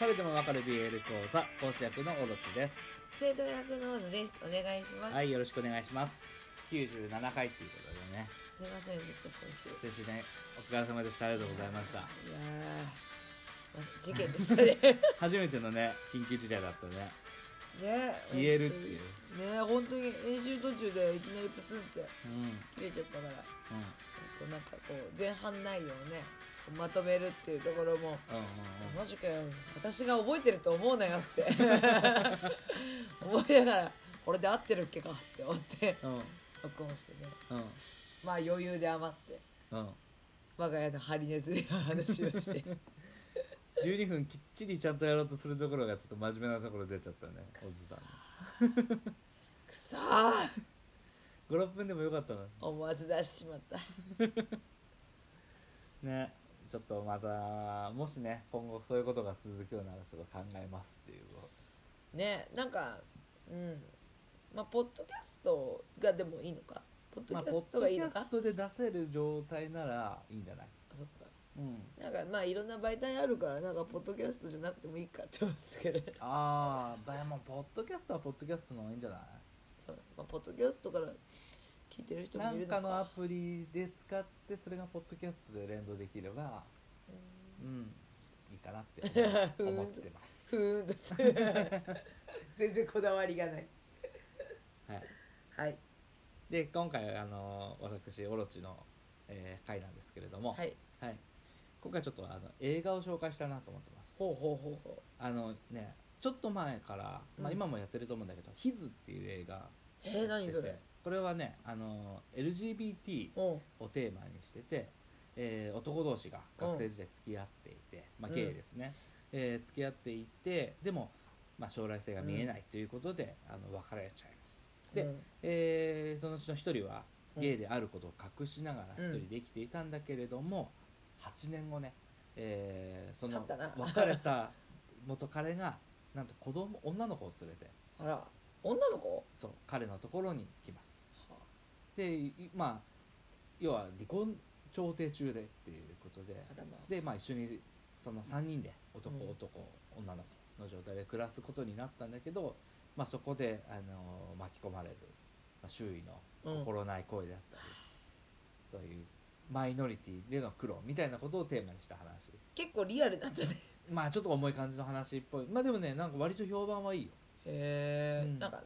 それでもわかる BL 講座講師役のオロチです。 生徒役のオズです。お願いします。 はい、よろしくお願いします。97回っていうことでね、 すいませんでした先週ね、お疲れ様でした。ありがとうございました。 いや事件でしたね初めてのね緊急事態だったね。 ね、 消えるっていうね、本当に演習途中でいきなりプツンって切れちゃったから、なんかこう前半内容をねまとめるっていうところも、マジかよ私が覚えてると思うなよって思いながらこれで合ってるっけかって思って録音してね、まあ余裕で余って、我が家のハリネズミの話をして 12分きっちりちゃんとやろうとするところがちょっと真面目なところ出ちゃったね、オズさん。 くそー 5、6分でもよかったのに思わず出しちまったね。ちょっとまたもしね今後そういうことが続くようならちょっと考えますっていうね。なんかまあポッドキャストがでもいいのか、ポッドキャストがいいのか、 ポッドキャストで出せる状態ならいいんじゃない？ あ、そっか。なんかまあいろんな媒体あるからなんかポッドキャストじゃなくてもいいかって思うんですけどああ、でもポッドキャストはポッドキャストの方がいいんじゃない？そう、 まあ、ポッドキャストから聞いてる人もいるのか。 なんかのアプリで使ってそれがポッドキャストで連動できればいいかなって思ってます全然こだわりがないはい。 で今回私オロチの、回なんですけれども、今回ちょっと映画を紹介したいなと思ってます。ちょっと前から、今もやってると思うんだけど、ヒズっていう映画何それ。 これはねLGBT をテーマにしてて、男同士が学生時代付き合っていて、ゲイですね、付き合っていて、でも、将来性が見えないということで、別れちゃいます。で、そのうちの一人はゲイであることを隠しながら一人で生きていたんだけれども、8年後ね、その別れた元彼がなんと女の子を連れて、 あら、女の子？ そう、彼のところに来ます。で、要は離婚調停中でっていうことで、で、一緒にその3人で男、女の子の状態で暮らすことになったんだけど、そこで巻き込まれる、周囲の心ない声であったり、そういうマイノリティでの苦労みたいなことをテーマにした話。 結構リアルだったねちょっと重い感じの話っぽい。でもね、なんか割と評判はいいよ。 へえ、なんか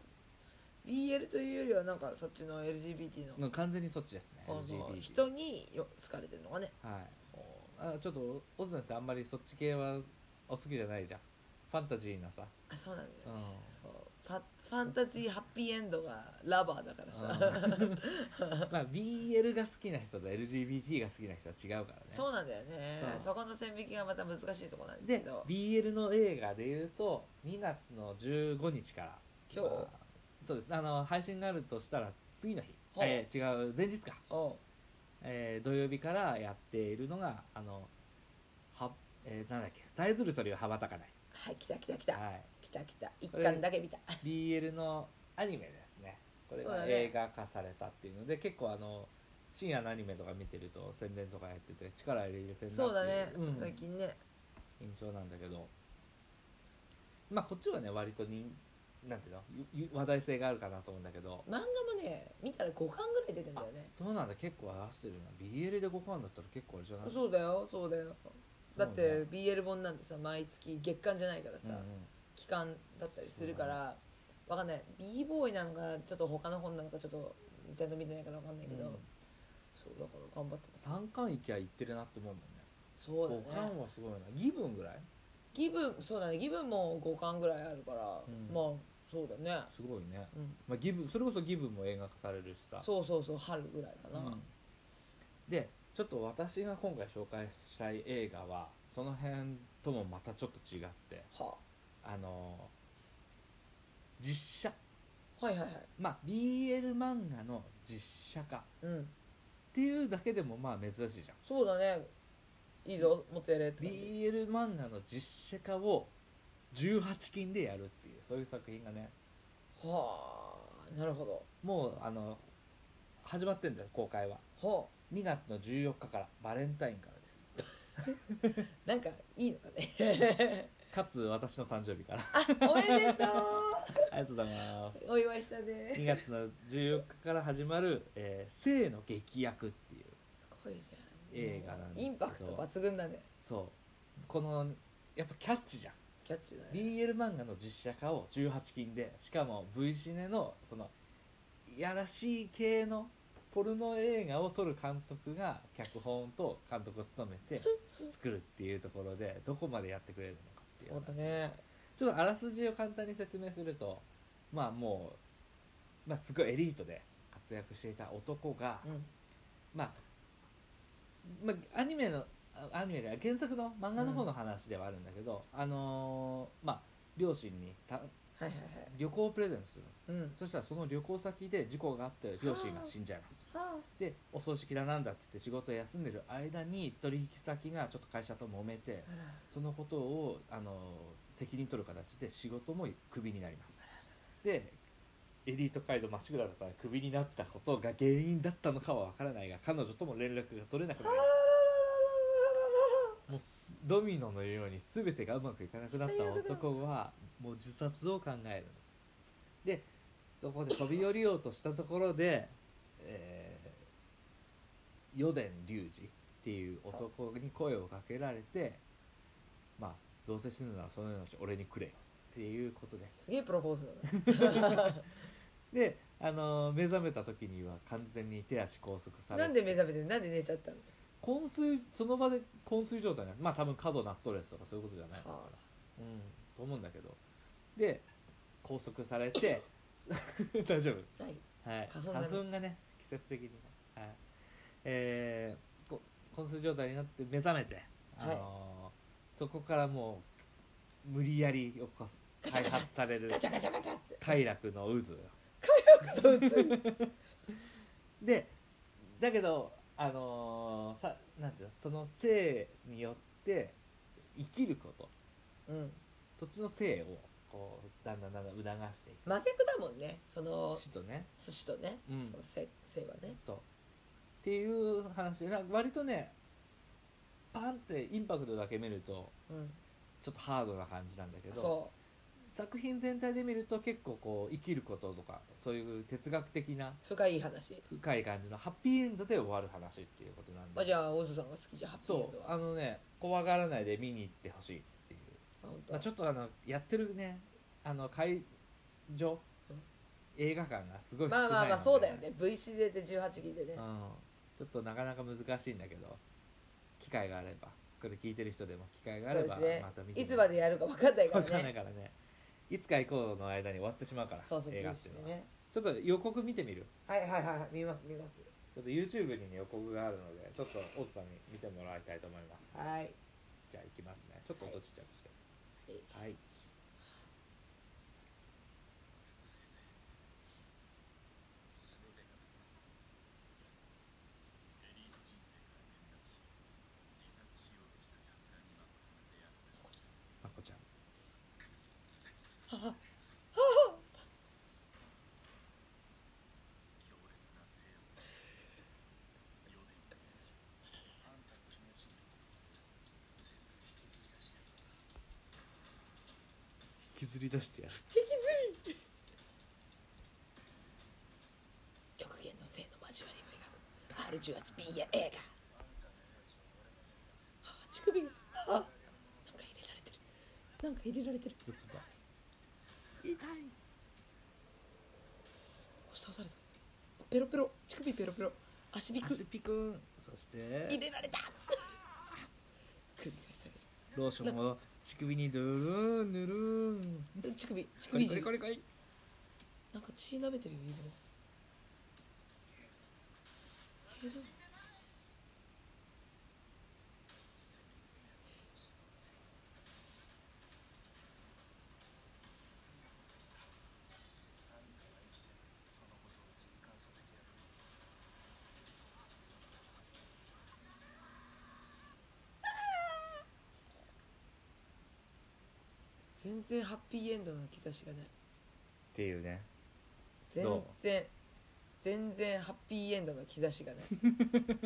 BL というよりはなんかそっちの LGBT の完全にそっちですね。LGBT 人に好かれてるのがね。 ちょっとオズ先生あんまりそっち系はお好きじゃないじゃん。ファンタジーなさ。 あ、そうなんだよね。そうファンタジーハッピーエンドがラバーだからさ BL が好きな人と LGBT が好きな人は違うからね。 そうなんだよね。そこの線引きがまた難しいところなんですけど、 で BL の映画でいうと2月の15日から今日、 そうです、配信があるとしたら次の日、違う前日か、土曜日からやっているのがなんだっけ、さえずる鳥は羽ばたかない。 はい、来た一巻だけ見た。 BL のアニメですね。これが映画化されたっていうので、結構深夜のアニメとか見てると宣伝とかやってて力入れてるなっていう、 そうだね、最近ね印象なんだけど、こっちはね割となんていうの、話題性があるかなと思うんだけど、 漫画もね見たら5巻ぐらい出てんだよね。 そうなんだ、結構合わせてるな。 BL で5巻だったら結構あれじゃない？ そうだよだって BL 本なんてさ毎月月間じゃないからさ、期間だったりするから、わかんない。 b ボーイなのかちょっと他の本なのかちょっとちゃんと見てないからわかんないけど、そうだから頑張って 3巻いきゃいってるなって思うもんね。 そうだね、 5巻はすごいな。ギブンぐらい？ そうだね、ギブンも5巻ぐらいあるから、そうだね、 すごいね。ギブン、それこそギブンも映画化されるしさ。 そう春ぐらいかな。 でちょっと私が今回紹介したい映画はその辺ともまたちょっと違って、実写、BL 漫画の実写化っていうだけでも珍しいじゃん。 そうだね、いいぞもっとやれって。 BL 漫画の実写化を18禁でやるっていう、そういう作品がね、 なるほど。 もう始まってんだよ、公開は。2月の14日からバレンタインからですなんかいいのかねかつ私の誕生日からおめでとうありがとうございます。 お祝いしたね。 2月の14日から始まる「生の劇薬」っていうすごいじゃん映画なんですけど、 インパクト抜群だね。 そうこのやっぱキャッチじゃん。 キャッチだね。 BL 漫画の実写化を18禁で、しかも V シネのそのいやらしい系のポルノ映画を撮る監督が脚本と監督を務めて作るっていうところでどこまでやってくれるのかっていう話。 そうだね。 ちょっとあらすじを簡単に説明すると、まあもう、まあ、すごいエリートで活躍していた男が、まあアニメじゃない原作の漫画の方の話ではあるんだけど、まあ両親に旅行をプレゼントする、そしたらその旅行先で事故があって両親が死んじゃいます。でお葬式だなんだって言って仕事を休んでる間に取引先がちょっと会社と揉めて、そのことを責任取る形で仕事もクビになります。でエリート街道まっしぐらだったらクビになったことが原因だったのかは分からないが、彼女とも連絡が取れなくなります。もうドミノのように全てがうまくいかなくなった男はもう自殺を考えるんです。でそこで飛び降りようとしたところで、余伝龍二っていう男に声をかけられて、まあどうせ死ぬならその命俺にくれよっていうことで、 すげえプロポーズだねで目覚めた時には完全に手足拘束されて、 なんで目覚めてなんで寝ちゃったの。 その場で昏睡状態ね。まあ多分過度なストレスとかそういうことじゃないのかな、と思うんだけど、で拘束されて大丈夫、はい、花粉がね季節的にね、はい、昏睡状態になって目覚めて、そこからもう無理やり起こす開発される快楽の渦でだけどなんていうの、その性によって生きること、そっちの性をこうだんだん促していく。 真逆だもんね、その寿司とね、 寿司とね、性はね。 そうっていう話で、割とねパンってインパクトだけ見ると、ちょっとハードな感じなんだけど、作品全体で見ると結構こう生きることとかそういう哲学的な深い感じのハッピーエンドで終わる話っていうことなんで、 じゃあ大津さんが好きじゃんハッピーエンドは。 そう怖がらないで見に行ってほしいっていう、ちょっとやってるね会場、映画館がすごい少ないので、 まあそうだよね、 V シネで18禁でね、 ちょっとなかなか難しいんだけど、機会があれば、これ聞いてる人でも機会があれば、また見ていつまでやるか分かんないからね。 分かんないからね、いつか行こうの間に終わってしまうから、映画っていうのはね。ちょっと予告見てみる。 見ます。ちょっと YouTube に、予告があるので、ちょっと大津さんに見てもらいたいと思います。じゃあ行きますね。ちょっと音ちっちゃくして。はい。まこちゃん。引きずり出してやる。 極限の性の交わりを描く R18BL 映画。乳首がなんか入れられてる。痛い。押し倒された。ペロペロ、乳首ペロペロ、足ピク。 そして入れられた。首がされる。 ローションを乳首にドゥルーンドゥルーン。 乳首これなんか血舐めてるよ、全然ハッピーエンドの兆しがないっていうね。 全然ハッピーエンドの兆しがない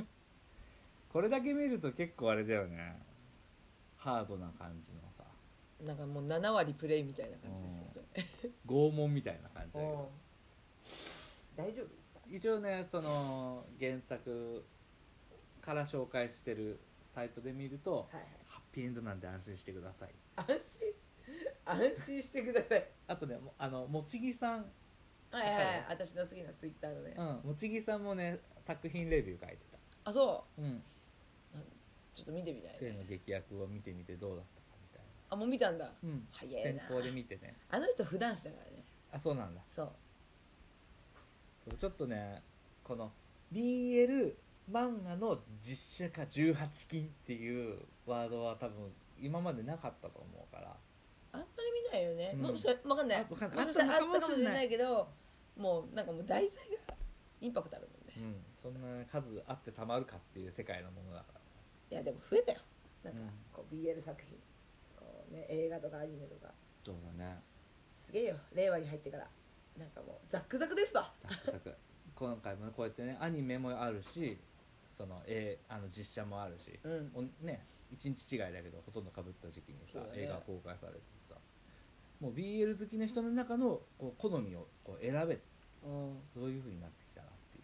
これだけ見ると結構あれだよね、ハードな感じのさ。 なんかもう7割プレイみたいな感じですよね。 拷問みたいな感じだけど大丈夫ですか？ 一応ねその原作から紹介してるサイトで見ると、 はいはい、 ハッピーエンドなんで安心してください。 安心してください。 あとねもちぎさん、 はいはい、私の好きなツイッターのね、 もちぎさんもね作品レビュー書いてた。 あ、そう、ちょっと見てみたいね。 生の劇薬を見てみてどうだったかみたいな。 あ、もう見たんだ。 早いな。先行で見てね。 あの人普段したからね。 あ、そうなんだ。 そうちょっとねこの BL 漫画の実写化18禁っていうワードは多分今までなかったと思うからあんまり見ないよね、もうそれ分かんない、もしかしたらあったかもしれないけど、もうなんかもう題材がインパクトあるもんね、 そんな数あってたまるかっていう世界のものだからさ。 いやでも増えたよ、なんかこう BL 作品こう、ね、映画とかアニメとか。 そうだね、 すげえよ、令和に入ってからなんかもうザックザクですわ。 ザックザク今回もこうやってねアニメもあるしその実写もあるし、ね、1日違いだけどほとんどかぶった時期にさ、映画公開されてさ、もう BL 好きな人の中のこう好みをこう選べ、そういう風になってきたなっていう。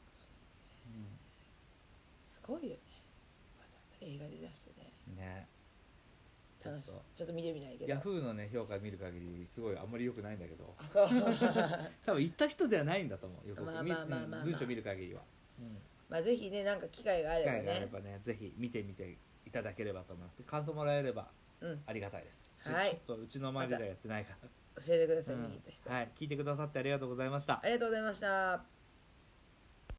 すごいよね、わざわざ映画で出してね。楽しい。ちょっと見てみないけど、 ヤフーのね評価見る限りすごいあんまり良くないんだけど、 あ、そう多分行った人ではないんだと思うよ、文章見る限りは。 まあぜひね、なんか機会があればね、 ぜひ見てみていただければと思います。感想もらえればありがたいです、ちょっとうちの周りではやってないから教えてください、見に行った人。 はい、聞いてくださってありがとうございました。 ありがとうございました。